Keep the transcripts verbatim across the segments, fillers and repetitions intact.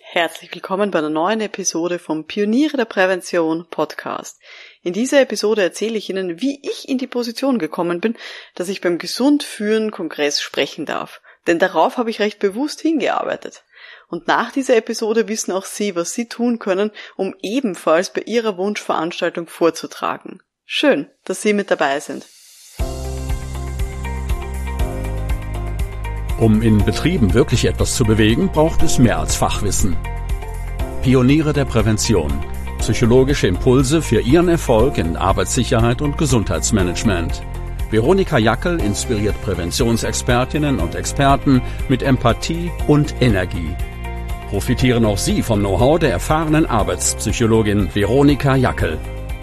Herzlich willkommen bei einer neuen Episode vom Pioniere der Prävention Podcast. In dieser Episode erzähle ich Ihnen, wie ich in die Position gekommen bin, dass ich beim Gesund Führen Kongress sprechen darf. Denn darauf habe ich recht bewusst hingearbeitet. Und nach dieser Episode wissen auch Sie, was Sie tun können, um ebenfalls bei Ihrer Wunschveranstaltung vorzutragen. Schön, dass Sie mit dabei sind. Um in Betrieben wirklich etwas zu bewegen, braucht es mehr als Fachwissen. Pioniere der Prävention. Psychologische Impulse für Ihren Erfolg in Arbeitssicherheit und Gesundheitsmanagement. Veronika Jackel inspiriert Präventionsexpertinnen und Experten mit Empathie und Energie. Profitieren auch Sie vom Know-how der erfahrenen Arbeitspsychologin Veronika Jackel.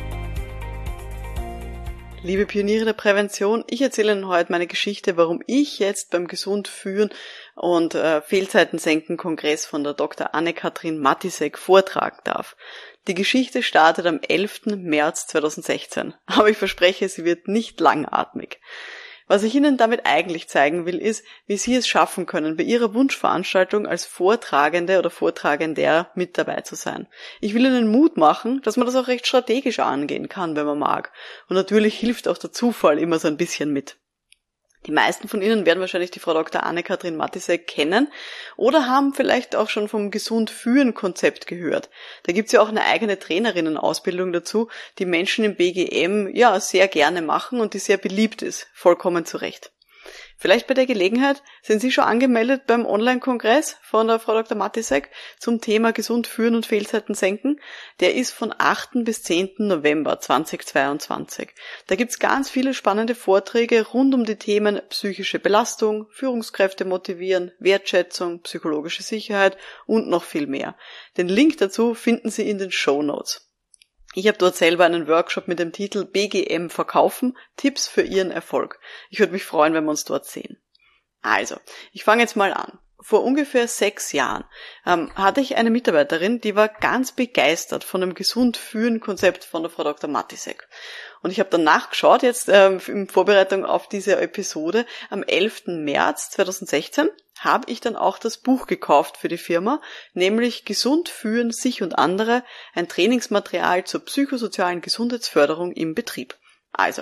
Liebe Pioniere der Prävention, ich erzähle Ihnen heute meine Geschichte, warum ich jetzt beim Gesund Führen und äh, Fehlzeiten senken Kongress von der Doktor Anne-Kathrin Matisek vortragen darf. Die Geschichte startet am elften März zweitausendsechzehn, aber ich verspreche, sie wird nicht langatmig. Was ich Ihnen damit eigentlich zeigen will, ist, wie Sie es schaffen können, bei Ihrer Wunschveranstaltung als Vortragende oder Vortragender mit dabei zu sein. Ich will Ihnen Mut machen, dass man das auch recht strategisch angehen kann, wenn man mag. Und natürlich hilft auch der Zufall immer so ein bisschen mit. Die meisten von Ihnen werden wahrscheinlich die Frau Doktor Anne-Kathrin Matisek kennen oder haben vielleicht auch schon vom Gesund-Führen-Konzept gehört. Da gibt's ja auch eine eigene Trainerinnenausbildung dazu, die Menschen im B G M ja sehr gerne machen und die sehr beliebt ist, vollkommen zu Recht. Vielleicht bei der Gelegenheit sind Sie schon angemeldet beim Online-Kongress von der Frau Doktor Matisek zum Thema Gesund führen und Fehlzeiten senken. Der ist von achten bis zehnten November zweitausendzweiundzwanzig. Da gibt's ganz viele spannende Vorträge rund um die Themen psychische Belastung, Führungskräfte motivieren, Wertschätzung, psychologische Sicherheit und noch viel mehr. Den Link dazu finden Sie in den Shownotes. Ich habe dort selber einen Workshop mit dem Titel B G M Verkaufen, Tipps für Ihren Erfolg. Ich würde mich freuen, wenn wir uns dort sehen. Also, ich fange jetzt mal an. Vor ungefähr sechs Jahren ähm, hatte ich eine Mitarbeiterin, die war ganz begeistert von dem Gesund-Führen-Konzept von der Frau Doktor Matisek. Und ich habe dann nachgeschaut, jetzt ähm, in Vorbereitung auf diese Episode, am elften März zweitausendsechzehn habe ich dann auch das Buch gekauft für die Firma, nämlich Gesund führen, sich und andere, ein Trainingsmaterial zur psychosozialen Gesundheitsförderung im Betrieb. Also,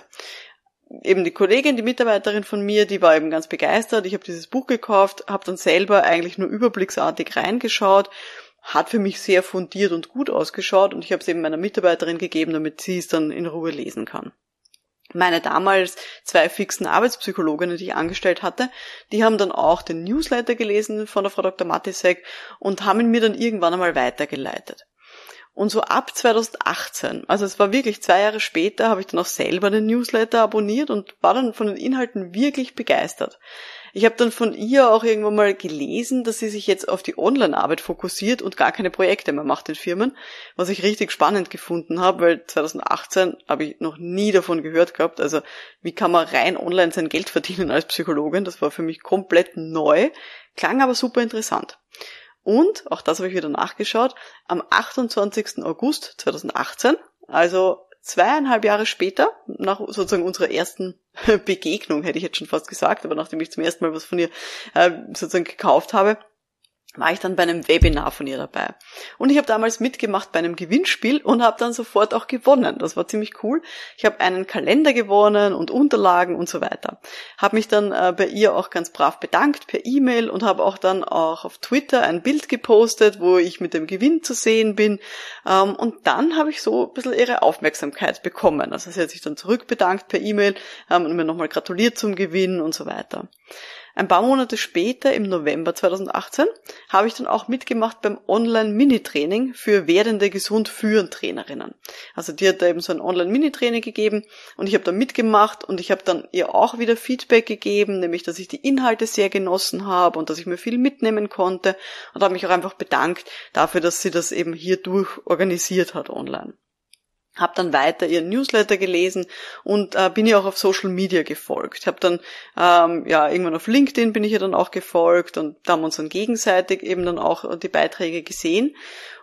eben die Kollegin, die Mitarbeiterin von mir, die war eben ganz begeistert. Ich habe dieses Buch gekauft, habe dann selber eigentlich nur überblicksartig reingeschaut, hat für mich sehr fundiert und gut ausgeschaut und ich habe es eben meiner Mitarbeiterin gegeben, damit sie es dann in Ruhe lesen kann. Meine damals zwei fixen Arbeitspsychologinnen, die ich angestellt hatte, die haben dann auch den Newsletter gelesen von der Frau Doktor Matisek und haben ihn mir dann irgendwann einmal weitergeleitet. Und so ab zweitausendachtzehn, also es war wirklich zwei Jahre später, habe ich dann auch selber den Newsletter abonniert und war dann von den Inhalten wirklich begeistert. Ich habe dann von ihr auch irgendwann mal gelesen, dass sie sich jetzt auf die Online-Arbeit fokussiert und gar keine Projekte mehr macht in Firmen, was ich richtig spannend gefunden habe, weil zweitausendachtzehn habe ich noch nie davon gehört gehabt, also wie kann man rein online sein Geld verdienen als Psychologin, das war für mich komplett neu, klang aber super interessant. Und, auch das habe ich wieder nachgeschaut, am achtundzwanzigsten August zweitausendachtzehn, also zweieinhalb Jahre später, nach sozusagen unserer ersten Begegnung, hätte ich jetzt schon fast gesagt, aber nachdem ich zum ersten Mal was von ihr äh, sozusagen gekauft habe, war ich dann bei einem Webinar von ihr dabei. Und ich habe damals mitgemacht bei einem Gewinnspiel und habe dann sofort auch gewonnen. Das war ziemlich cool. Ich habe einen Kalender gewonnen und Unterlagen und so weiter. Habe mich dann äh, bei ihr auch ganz brav bedankt per E-Mail und habe auch dann auch auf Twitter ein Bild gepostet, wo ich mit dem Gewinn zu sehen bin. Ähm, und dann habe ich so ein bisschen ihre Aufmerksamkeit bekommen. Also sie hat sich dann zurückbedankt per E-Mail ähm, und mir nochmal gratuliert zum Gewinn und so weiter. Ein paar Monate später, im November zweitausendachtzehn, habe ich dann auch mitgemacht beim Online-Mini-Training für werdende Gesund-Führen-Trainerinnen. Also die hat da eben so ein Online-Mini-Training gegeben und ich habe da mitgemacht und ich habe dann ihr auch wieder Feedback gegeben, nämlich, dass ich die Inhalte sehr genossen habe und dass ich mir viel mitnehmen konnte und habe mich auch einfach bedankt dafür, dass sie das eben hierdurch organisiert hat online. Habe dann weiter ihren Newsletter gelesen und äh, bin ihr auch auf Social Media gefolgt. Habe dann, ähm, ja, irgendwann auf LinkedIn bin ich ihr dann auch gefolgt und da haben wir uns dann gegenseitig eben dann auch die Beiträge gesehen.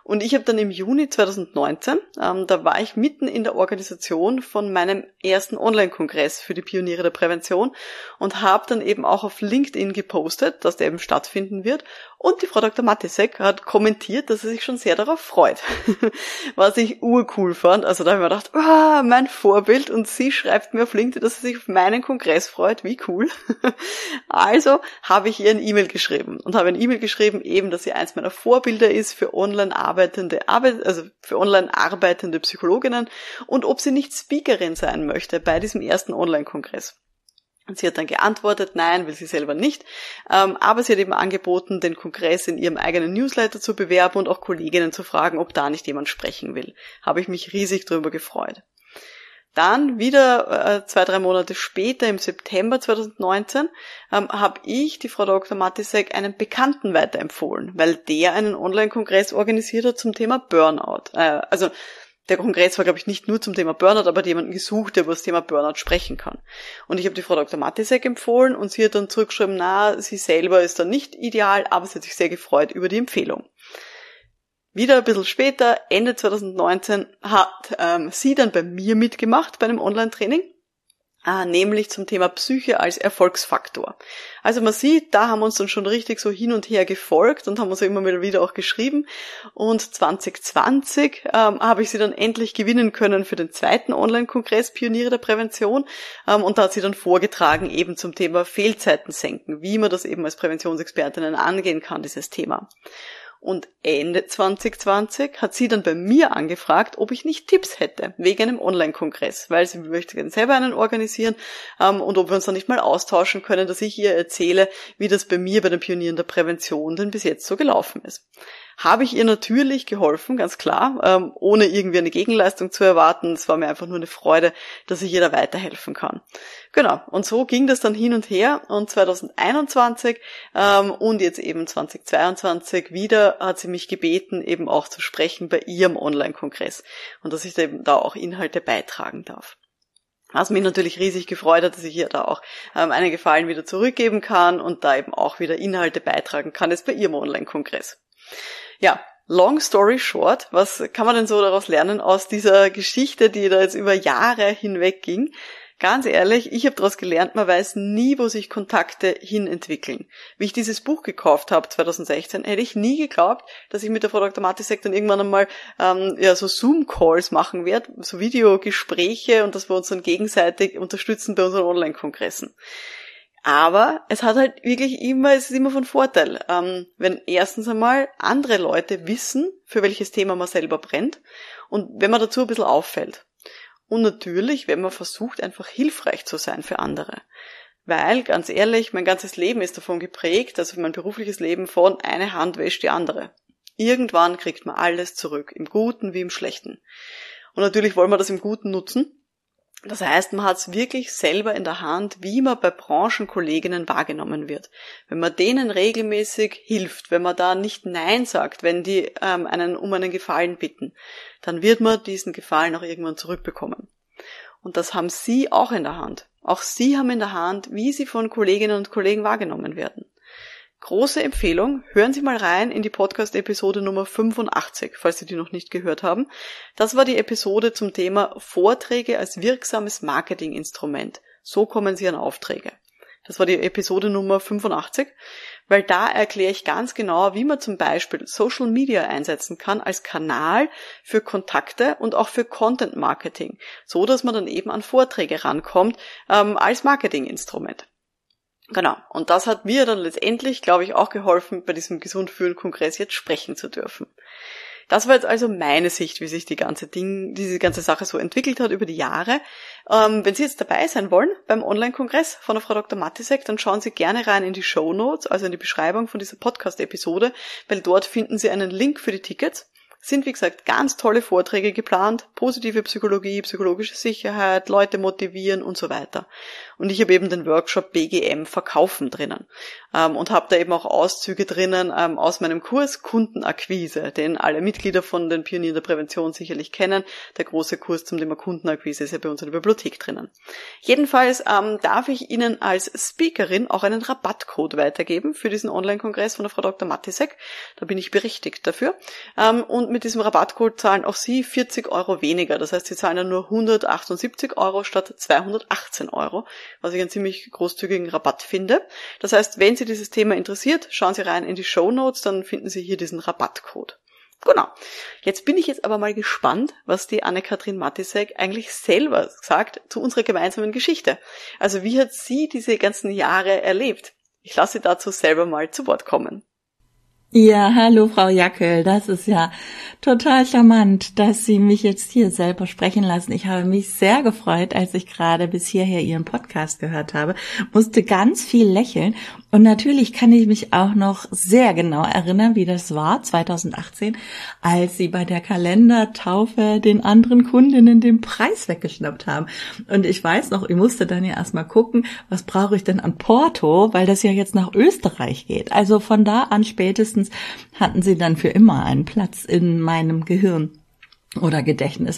Und ich habe dann im Juni zweitausendneunzehn, ähm, da war ich mitten in der Organisation von meinem ersten Online-Kongress für die Pioniere der Prävention und habe dann eben auch auf LinkedIn gepostet, dass der eben stattfinden wird. Und die Frau Doktor Matisek hat kommentiert, dass sie sich schon sehr darauf freut, was ich urcool fand. Also da habe ich mir gedacht, oh, mein Vorbild, und sie schreibt mir auf LinkedIn, dass sie sich auf meinen Kongress freut. Wie cool. Also habe ich ihr ein E-Mail geschrieben und habe ein E-Mail geschrieben, eben, dass sie eins meiner Vorbilder ist für online arbeitende Arbeit, also für online arbeitende Psychologinnen, und ob sie nicht Speakerin sein möchte bei diesem ersten Online-Kongress. Und sie hat dann geantwortet, nein, will sie selber nicht, ähm, aber sie hat eben angeboten, den Kongress in ihrem eigenen Newsletter zu bewerben und auch Kolleginnen zu fragen, ob da nicht jemand sprechen will. Habe ich mich riesig drüber gefreut. Dann wieder äh, zwei, drei Monate später, im September zweitausendneunzehn, ähm, habe ich die Frau Doktor Matisek einen Bekannten weiterempfohlen, weil der einen Online-Kongress organisiert hat zum Thema Burnout. Äh, also der Kongress war, glaube ich, nicht nur zum Thema Burnout, aber hat jemanden gesucht, der über das Thema Burnout sprechen kann. Und ich habe die Frau Doktor Matisek empfohlen und sie hat dann zurückgeschrieben, na, sie selber ist dann nicht ideal, aber sie hat sich sehr gefreut über die Empfehlung. Wieder ein bisschen später, Ende zweitausendneunzehn, hat ähm, sie dann bei mir mitgemacht bei einem Online-Training, äh, nämlich zum Thema Psyche als Erfolgsfaktor. Also man sieht, da haben wir uns dann schon richtig so hin und her gefolgt und haben uns immer wieder auch geschrieben. Und zwanzig zwanzig ähm, habe ich sie dann endlich gewinnen können für den zweiten Online-Kongress Pioniere der Prävention. Ähm, und da hat sie dann vorgetragen eben zum Thema Fehlzeiten senken, wie man das eben als Präventionsexpertinnen angehen kann, dieses Thema. Und Ende zwanzig zwanzig hat sie dann bei mir angefragt, ob ich nicht Tipps hätte, wegen einem Online-Kongress, weil sie möchte gerne selber einen organisieren ähm, und ob wir uns dann nicht mal austauschen können, dass ich ihr erzähle, wie das bei mir bei den Pionieren der Prävention denn bis jetzt so gelaufen ist. Habe ich ihr natürlich geholfen, ganz klar, ähm, ohne irgendwie eine Gegenleistung zu erwarten. Es war mir einfach nur eine Freude, dass ich ihr da weiterhelfen kann. Genau, und so ging das dann hin und her, und zweitausendeinundzwanzig ähm, und jetzt eben zweitausendzweiundzwanzig wieder hat sie mich gebeten, eben auch zu sprechen bei ihrem Online-Kongress und dass ich da eben da auch Inhalte beitragen darf. Was mich natürlich riesig gefreut hat, dass ich ihr da auch ähm, einen Gefallen wieder zurückgeben kann und da eben auch wieder Inhalte beitragen kann, jetzt bei ihrem Online-Kongress. Ja, long story short, was kann man denn so daraus lernen aus dieser Geschichte, die da jetzt über Jahre hinweg ging? Ganz ehrlich, ich habe daraus gelernt, man weiß nie, wo sich Kontakte hin entwickeln. Wie ich dieses Buch gekauft habe, zweitausendsechzehn, hätte ich nie geglaubt, dass ich mit der Frau Doktor Matisek dann irgendwann einmal ähm, ja so Zoom-Calls machen werde, so Videogespräche, und dass wir uns dann gegenseitig unterstützen bei unseren Online-Kongressen. Aber es hat halt wirklich immer, es ist immer von Vorteil, ähm, wenn erstens einmal andere Leute wissen, für welches Thema man selber brennt, und wenn man dazu ein bisschen auffällt. Und natürlich, wenn man versucht, einfach hilfreich zu sein für andere. Weil, ganz ehrlich, mein ganzes Leben ist davon geprägt, also mein berufliches Leben, von eine Hand wäscht die andere. Irgendwann kriegt man alles zurück, im Guten wie im Schlechten. Und natürlich wollen wir das im Guten nutzen. Das heißt, man hat es wirklich selber in der Hand, wie man bei Branchenkolleginnen wahrgenommen wird. Wenn man denen regelmäßig hilft, wenn man da nicht Nein sagt, wenn die ähm, einen um einen Gefallen bitten, dann wird man diesen Gefallen auch irgendwann zurückbekommen. Und das haben Sie auch in der Hand. Auch Sie haben in der Hand, wie Sie von Kolleginnen und Kollegen wahrgenommen werden. Große Empfehlung, hören Sie mal rein in die Podcast-Episode Nummer fünfundachtzig, falls Sie die noch nicht gehört haben. Das war die Episode zum Thema Vorträge als wirksames Marketinginstrument. So kommen Sie an Aufträge. Das war die Episode Nummer fünfundachtzig, weil da erkläre ich ganz genau, wie man zum Beispiel Social Media einsetzen kann als Kanal für Kontakte und auch für Content Marketing, so dass man dann eben an Vorträge rankommt ähm, als Marketinginstrument. Genau, und das hat mir dann letztendlich, glaube ich, auch geholfen, bei diesem Gesund-Fühlen-Kongress jetzt sprechen zu dürfen. Das war jetzt also meine Sicht, wie sich die ganze Ding, diese ganze Sache so entwickelt hat über die Jahre. Ähm, wenn Sie jetzt dabei sein wollen beim Online-Kongress von der Frau Doktor Matisek, dann schauen Sie gerne rein in die Shownotes, also in die Beschreibung von dieser Podcast-Episode, weil dort finden Sie einen Link für die Tickets. Sind, wie gesagt, ganz tolle Vorträge geplant, positive Psychologie, psychologische Sicherheit, Leute motivieren und so weiter. Und ich habe eben den Workshop B G M Verkaufen drinnen ähm, und habe da eben auch Auszüge drinnen ähm, aus meinem Kurs Kundenakquise, den alle Mitglieder von den Pionieren der Prävention sicherlich kennen. Der große Kurs zum Thema Kundenakquise ist ja bei uns in der Bibliothek drinnen. Jedenfalls ähm, darf ich Ihnen als Speakerin auch einen Rabattcode weitergeben für diesen Online-Kongress von der Frau Doktor Matisek. Da bin ich berechtigt dafür. Ähm, und mit diesem Rabattcode zahlen auch Sie vierzig Euro weniger. Das heißt, Sie zahlen dann nur hundertachtundsiebzig Euro statt zweihundertachtzehn Euro, was ich einen ziemlich großzügigen Rabatt finde. Das heißt, wenn Sie dieses Thema interessiert, schauen Sie rein in die Shownotes, dann finden Sie hier diesen Rabattcode. Genau. Jetzt bin ich jetzt aber mal gespannt, was die Anne-Kathrin Matisek eigentlich selber sagt zu unserer gemeinsamen Geschichte. Also wie hat sie diese ganzen Jahre erlebt? Ich lasse sie dazu selber mal zu Wort kommen. Ja, hallo Frau Jackel, das ist ja total charmant, dass Sie mich jetzt hier selber sprechen lassen. Ich habe mich sehr gefreut, als ich gerade bis hierher Ihren Podcast gehört habe, musste ganz viel lächeln und natürlich kann ich mich auch noch sehr genau erinnern, wie das war zweitausendachtzehn, als Sie bei der Kalendertaufe den anderen Kundinnen den Preis weggeschnappt haben. Und ich weiß noch, ich musste dann ja erstmal gucken, was brauche ich denn an Porto, weil das ja jetzt nach Österreich geht. Also von da an spätestens hatten sie dann für immer einen Platz in meinem Gehirn oder Gedächtnis.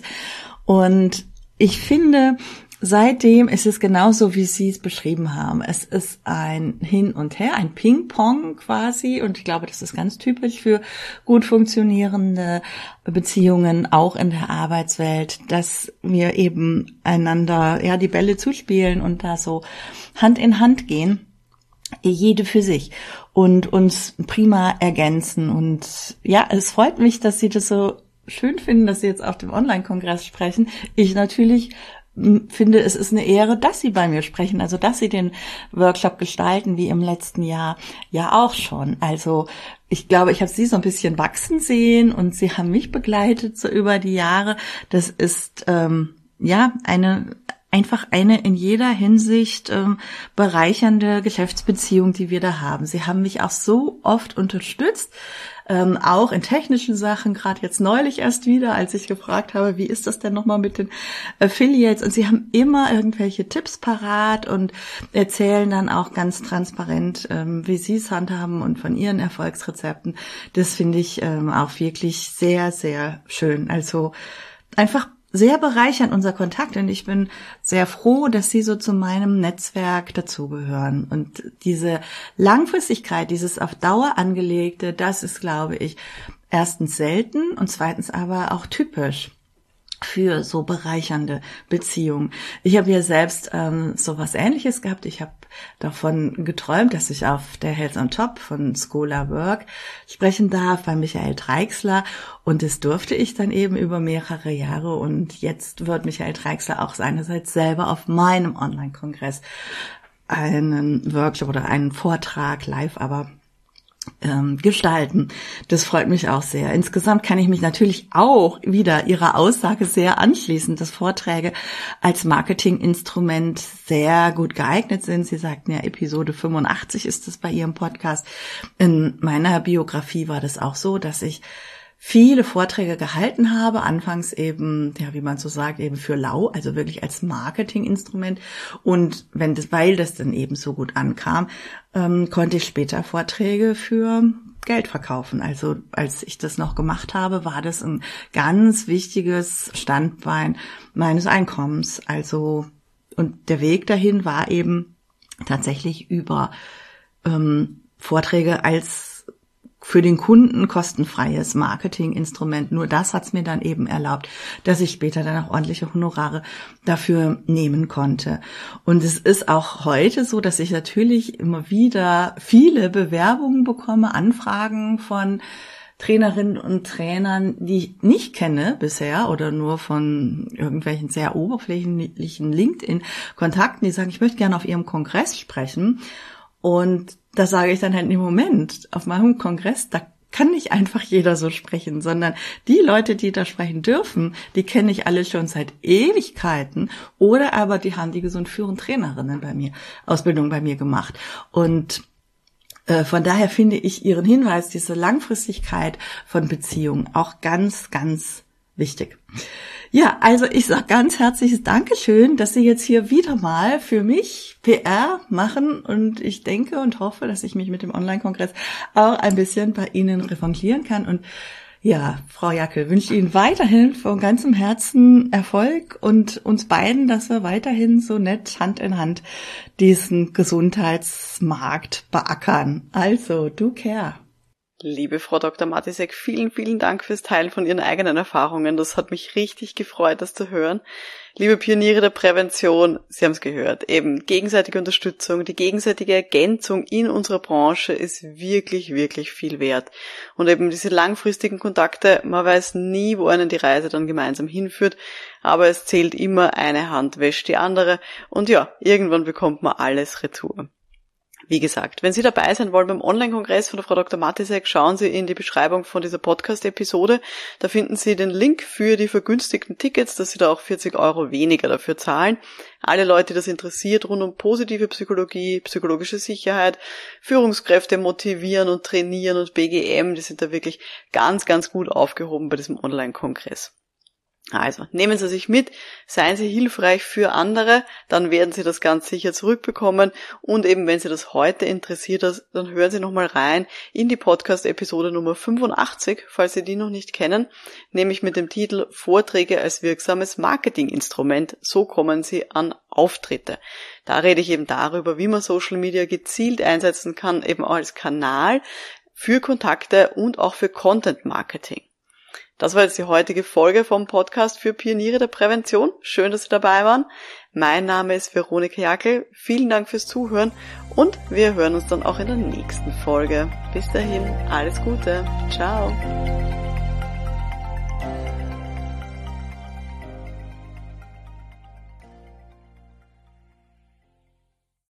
Und ich finde, seitdem ist es genauso, wie Sie es beschrieben haben. Es ist ein Hin und Her, ein Ping-Pong quasi. Und ich glaube, das ist ganz typisch für gut funktionierende Beziehungen, auch in der Arbeitswelt, dass wir eben einander ja die Bälle zuspielen und da so Hand in Hand gehen. Jede für sich und uns prima ergänzen. Und ja, es freut mich, dass Sie das so schön finden, dass Sie jetzt auf dem Online-Kongress sprechen. Ich natürlich finde, es ist eine Ehre, dass Sie bei mir sprechen, also dass Sie den Workshop gestalten, wie im letzten Jahr ja auch schon. Also ich glaube, ich habe Sie so ein bisschen wachsen sehen und Sie haben mich begleitet so über die Jahre. Das ist ähm, ja eine einfach eine in jeder Hinsicht ähm, bereichernde Geschäftsbeziehung, die wir da haben. Sie haben mich auch so oft unterstützt, ähm, auch in technischen Sachen, gerade jetzt neulich erst wieder, als ich gefragt habe, wie ist das denn nochmal mit den Affiliates? Und Sie haben immer irgendwelche Tipps parat und erzählen dann auch ganz transparent, ähm, wie Sie es handhaben und von Ihren Erfolgsrezepten. Das finde ich ähm, auch wirklich sehr, sehr schön. Also einfach sehr bereichernd unser Kontakt und ich bin sehr froh, dass Sie so zu meinem Netzwerk dazugehören. Und diese Langfristigkeit, dieses auf Dauer angelegte, das ist, glaube ich, erstens selten und zweitens aber auch typisch für so bereichernde Beziehungen. Ich habe ja selbst ähm, so was Ähnliches gehabt. Ich habe davon geträumt, dass ich auf der Health on Top von Scholar Work sprechen darf bei Michael Dreixler und das durfte ich dann eben über mehrere Jahre und jetzt wird Michael Dreixler auch seinerseits selber auf meinem Online-Kongress einen Workshop oder einen Vortrag live, aber Ähm, gestalten. Das freut mich auch sehr. Insgesamt kann ich mich natürlich auch wieder Ihrer Aussage sehr anschließen, dass Vorträge als Marketinginstrument sehr gut geeignet sind. Sie sagten ja, Episode fünfundachtzig ist es bei Ihrem Podcast. In meiner Biografie war das auch so, dass ich viele Vorträge gehalten habe, anfangs eben, ja, wie man so sagt, eben für lau, also wirklich als Marketinginstrument. Und wenn das, weil das dann eben so gut ankam, ähm, konnte ich später Vorträge für Geld verkaufen. Also als ich das noch gemacht habe, war das ein ganz wichtiges Standbein meines Einkommens. Also, und der Weg dahin war eben tatsächlich über ähm, Vorträge als für den Kunden kostenfreies Marketinginstrument. Nur das hat's mir dann eben erlaubt, dass ich später dann auch ordentliche Honorare dafür nehmen konnte. Und es ist auch heute so, dass ich natürlich immer wieder viele Bewerbungen bekomme, Anfragen von Trainerinnen und Trainern, die ich nicht kenne bisher oder nur von irgendwelchen sehr oberflächlichen LinkedIn-Kontakten, die sagen, ich möchte gerne auf Ihrem Kongress sprechen. Und da sage ich dann halt im Moment, auf meinem Kongress, da kann nicht einfach jeder so sprechen, sondern die Leute, die da sprechen dürfen, die kenne ich alle schon seit Ewigkeiten oder aber die haben die Gesund führen Trainerinnen bei mir, Ausbildung bei mir gemacht. Und äh, von daher finde ich Ihren Hinweis, diese Langfristigkeit von Beziehungen auch ganz, ganz wichtig. Ja, also ich sage ganz herzliches Dankeschön, dass Sie jetzt hier wieder mal für mich P R machen und ich denke und hoffe, dass ich mich mit dem Online-Kongress auch ein bisschen bei Ihnen revanchieren kann. Und ja, Frau Jackel, wünsche Ihnen weiterhin von ganzem Herzen Erfolg und uns beiden, dass wir weiterhin so nett Hand in Hand diesen Gesundheitsmarkt beackern. Also, do care. Liebe Frau Doktor Matisek, vielen, vielen Dank fürs Teilen von Ihren eigenen Erfahrungen. Das hat mich richtig gefreut, das zu hören. Liebe Pioniere der Prävention, Sie haben es gehört, eben gegenseitige Unterstützung, die gegenseitige Ergänzung in unserer Branche ist wirklich, wirklich viel wert. Und eben diese langfristigen Kontakte, man weiß nie, wo einen die Reise dann gemeinsam hinführt, aber es zählt immer, eine Hand wäscht die andere und ja, irgendwann bekommt man alles retour. Wie gesagt, wenn Sie dabei sein wollen beim Online-Kongress von der Frau Doktor Matisek, schauen Sie in die Beschreibung von dieser Podcast-Episode. Da finden Sie den Link für die vergünstigten Tickets, dass Sie da auch vierzig Euro weniger dafür zahlen. Alle Leute, die das interessiert, rund um positive Psychologie, psychologische Sicherheit, Führungskräfte motivieren und trainieren und B G M, die sind da wirklich ganz, ganz gut aufgehoben bei diesem Online-Kongress. Also, nehmen Sie sich mit, seien Sie hilfreich für andere, dann werden Sie das ganz sicher zurückbekommen und eben, wenn Sie das heute interessiert, dann hören Sie nochmal rein in die Podcast-Episode Nummer fünfundachtzig, falls Sie die noch nicht kennen, nämlich mit dem Titel Vorträge als wirksames Marketinginstrument, so kommen Sie an Auftritte. Da rede ich eben darüber, wie man Social Media gezielt einsetzen kann, eben auch als Kanal für Kontakte und auch für Content Marketing. Das war jetzt die heutige Folge vom Podcast für Pioniere der Prävention. Schön, dass Sie dabei waren. Mein Name ist Veronika Jackel. Vielen Dank fürs Zuhören und wir hören uns dann auch in der nächsten Folge. Bis dahin, alles Gute. Ciao.